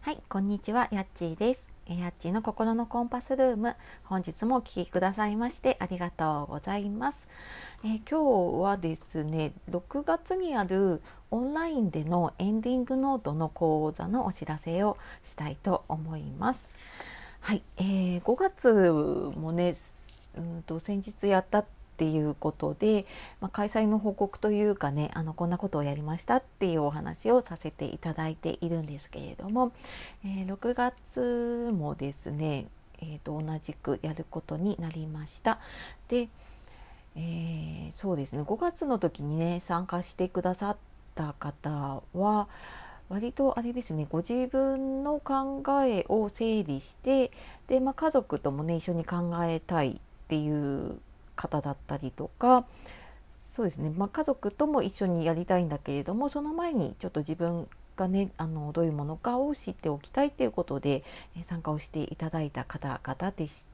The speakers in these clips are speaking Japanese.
はい、こんにちは、やっちーです。やっちーの心のコンパスルーム、本日もお聞きくださいましてありがとうございます。今日はですね、6月にあるオンラインでのエンディングノートの講座のお知らせをしたいと思います。はい、5月もね、先日やったっていうことで、開催の報告というかね、こんなことをやりましたっていうお話をさせていただいているんですけれども、6月もですね、同じくやることになりました。で、そうですね、5月の時にね参加してくださった方は割とあれですね、ご自分の考えを整理して、で、家族ともね一緒に考えたいっていう方だったりとか、そうですね、家族とも一緒にやりたいんだけれども、その前にちょっと自分がねどういうものかを知っておきたいということで参加をしていただいた方々でした。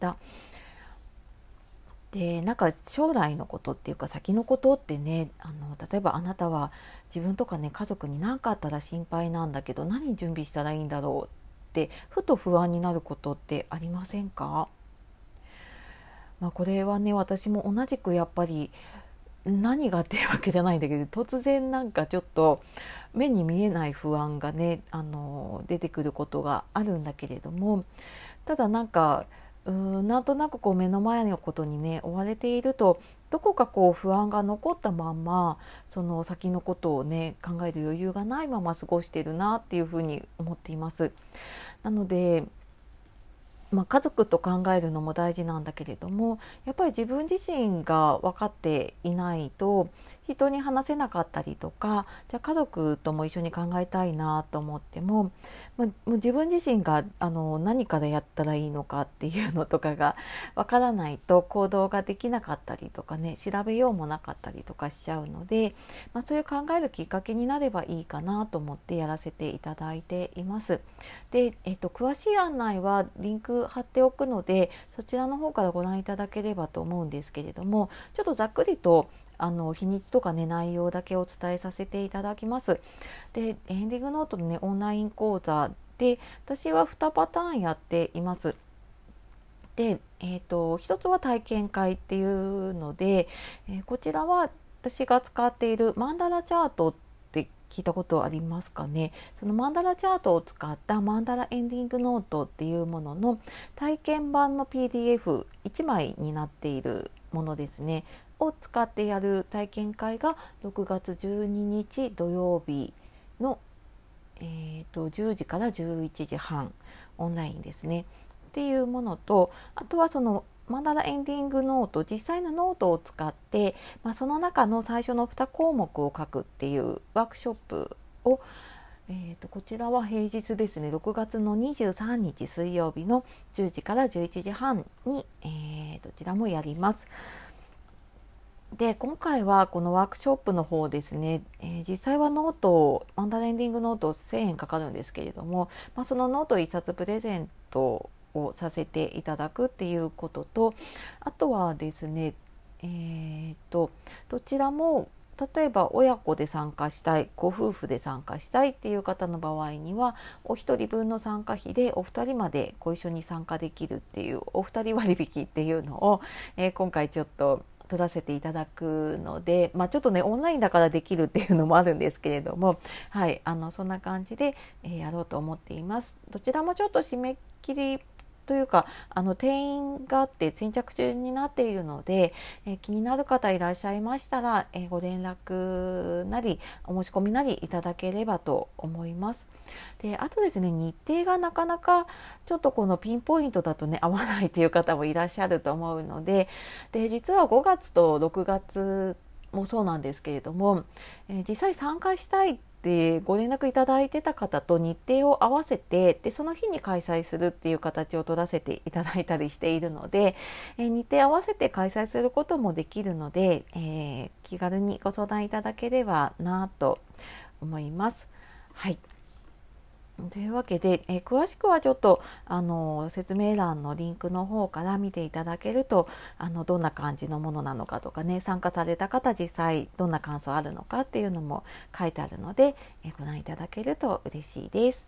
で、将来のことっていうか先のことってね、例えばあなたは自分とかね家族に何かあったら心配なんだけど何準備したらいいんだろうってふと不安になることってありませんか？これはね、私も同じくやっぱり何がっていうわけじゃないんだけど、突然ちょっと目に見えない不安がね出てくることがあるんだけれども、ただなんとなく目の前のことにね追われていると、どこか不安が残ったまんまその先のことをね考える余裕がないまま過ごしているなっていうふうに思っています。なので家族と考えるのも大事なんだけれども、やっぱり自分自身が分かっていないと人に話せなかったりとか、じゃあ家族とも一緒に考えたいなと思っても、もう自分自身が何からやったらいいのかっていうのとかが分からないと行動ができなかったりとかね、調べようもなかったりとかしちゃうので、そういう考えるきっかけになればいいかなと思ってやらせていただいています。で、詳しい案内はリンク貼っておくので、そちらの方からご覧いただければと思うんですけれども、ちょっとざっくりと日にちとかね内容だけお伝えさせていただきます。で、エンディングノートのねオンライン講座で私は2パターンやっています。で、一つは体験会っていうので、こちらは私が使っているマンダラチャートって聞いたことありますかね。そのマンダラチャートを使ったマンダラエンディングノートっていうものの体験版の PDF1 枚になっているものですねを使ってやる体験会が6月12日土曜日の、10時から11時半オンラインですねっていうものと、あとはそのマンダラエンディングノート、実際のノートを使って、その中の最初の2項目を書くっていうワークショップを、こちらは平日ですね、6月の23日水曜日の10時から11時半に、どちらもやります。で、今回はこのワークショップの方ですね、実際はノートマンダラエンディングノート1000円かかるんですけれども、そのノート1冊プレゼントをさせていただくっていうことと、あとはですね、どちらも例えば親子で参加したい、ご夫婦で参加したいっていう方の場合にはお一人分の参加費でお二人までご一緒に参加できるっていうお二人割引っていうのを、今回ちょっと取らせていただくので、ちょっとねオンラインだからできるっていうのもあるんですけれども、はい、そんな感じで、やろうと思っています。どちらもちょっと締め切りというか定員があって先着順になっているので、気になる方いらっしゃいましたら、ご連絡なりお申し込みなりいただければと思います。で、あとですね、日程がなかなかちょっとこのピンポイントだとね合わないという方もいらっしゃると思うので、実は5月と6月もそうなんですけれども、実際参加したいってご連絡いただいてた方と日程を合わせて、でその日に開催するっていう形を取らせていただいたりしているので、日程合わせて開催することもできるので、気軽にご相談いただければなと思います。はい、というわけで、詳しくはちょっと説明欄のリンクの方から見ていただけるとどんな感じのものなのかとかね、参加された方実際どんな感想あるのかっていうのも書いてあるので、ご覧いただけると嬉しいです。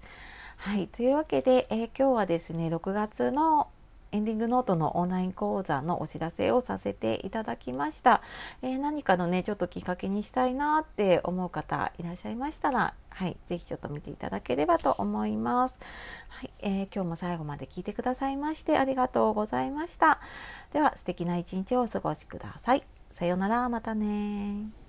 はい、というわけで、今日はですね6月のエンディングノートのオンライン講座のお知らせをさせていただきました。何かのねちょっときっかけにしたいなって思う方いらっしゃいましたら、はい、ぜひちょっと見ていただければと思います。はい、今日も最後まで聞いてくださいましてありがとうございました。では素敵な一日をお過ごしください。さようなら、またね。